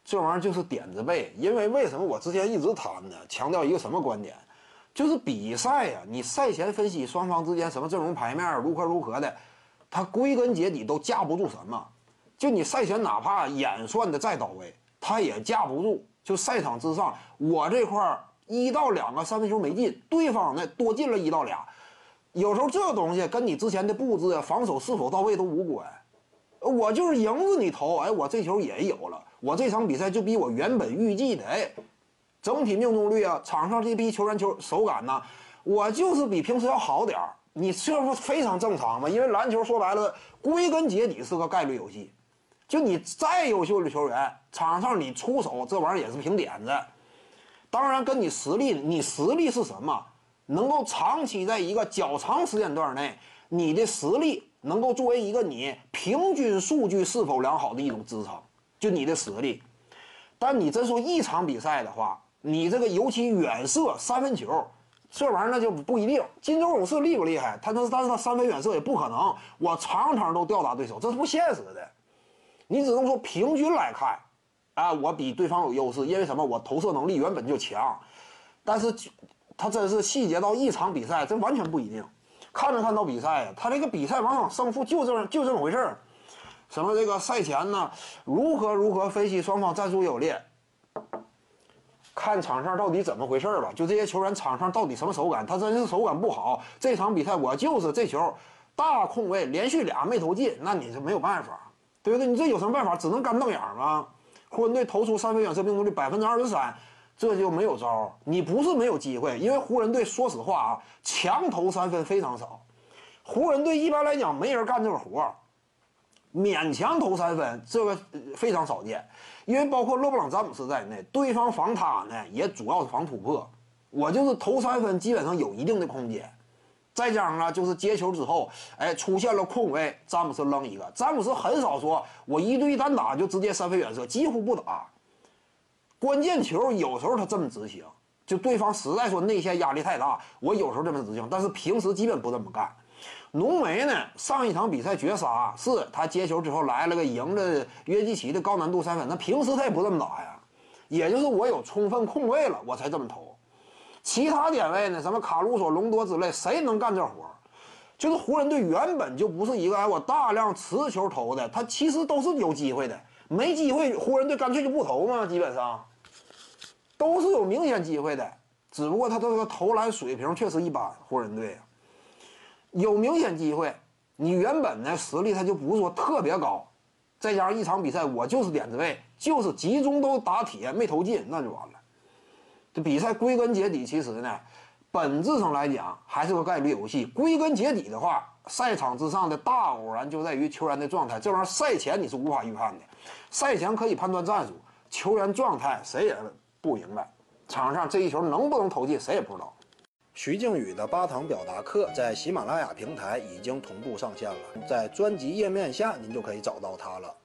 这玩意儿就是点子背。因为什么？我之前一直谈的，强调一个什么观点，就是比赛呀，你赛前分析双方之间什么阵容排面如何的，它归根结底都架不住什么。就你赛前哪怕演算的再到位，它也架不住。就赛场之上，我这块1到2个三分球没进，对方呢多进了1到2。有时候这东西跟你之前的布置啊、防守是否到位都无关。我就是迎着你投，哎，我这球也有了，我这场比赛就比我原本预计的，哎，整体命中率啊，场上这批球员手感呢，我就是比平时要好点儿。你这不非常正常吗？因为篮球说白了，归根结底是个概率游戏。就你再优秀的球员，场上你出手这玩意儿也是凭点子。当然跟你实力，你实力是什么？能够长期在一个较长时间段内，你的实力能够作为一个你平均数据是否良好的一种支撑，就你的实力。但你真说一场比赛的话，你这个尤其远射三分球，这玩意儿那就不一定。金州勇士厉不厉害？但是他三分远射也不可能，我场场都吊打对手，这是不现实的。你只能说平均来看，啊，我比对方有优势，因为什么？我投射能力原本就强，但是他真是细节到一场比赛，这完全不一定。看到比赛啊，他这个比赛往往胜负就这么回事儿。什么这个赛前呢，如何分析双方战术优劣，看场上到底怎么回事吧。就这些球员场上到底什么手感，他真是手感不好。这场比赛我就是这球大空位连续2没投进，那你是没有办法。对不对？你这有什么办法？只能干瞪眼吗？湖人队投出3分远射命中率23%，这就没有招。你不是没有机会，因为湖人队说实话啊，强投3分非常少。湖人队一般来讲没人干这个活，勉强投3分这个非常少见。因为包括勒布朗詹姆斯在内，对方防他呢也主要是防突破。我就是投3分基本上有一定的空间。再加上啊，就是接球之后，哎，出现了空位，詹姆斯扔一个。詹姆斯很少说我1对1单打就直接3分远射，几乎不打。关键球有时候他这么执行，就对方实在说内线压力太大，我有时候这么执行，但是平时基本不这么干。浓眉呢，上一场比赛绝杀是他接球之后来了个迎着约基奇的高难度3分，那平时他也不这么打呀，也就是我有充分空位了，我才这么投。其他点位呢，什么卡鲁索、隆多之类，谁能干这活？就是湖人队原本就不是一个我大量持球投的，他其实都是有机会的，没机会湖人队干脆就不投嘛，基本上都是有明显机会的，只不过他这个投篮水平确实一般。湖人队有明显机会，你原本呢实力他就不是说特别高，再加上一场比赛我就是点子位，就是集中都打铁没投进，那就完了。这比赛归根结底，其实呢，本质上来讲还是个概率游戏。归根结底的话，赛场之上的大偶然就在于球员的状态。这玩意儿赛前你是无法预判的，赛前可以判断战术，球员状态谁也不明白。场上这一球能不能投进，谁也不知道。徐静宇的8堂表达课在喜马拉雅平台已经同步上线了，在专辑页面下您就可以找到它了。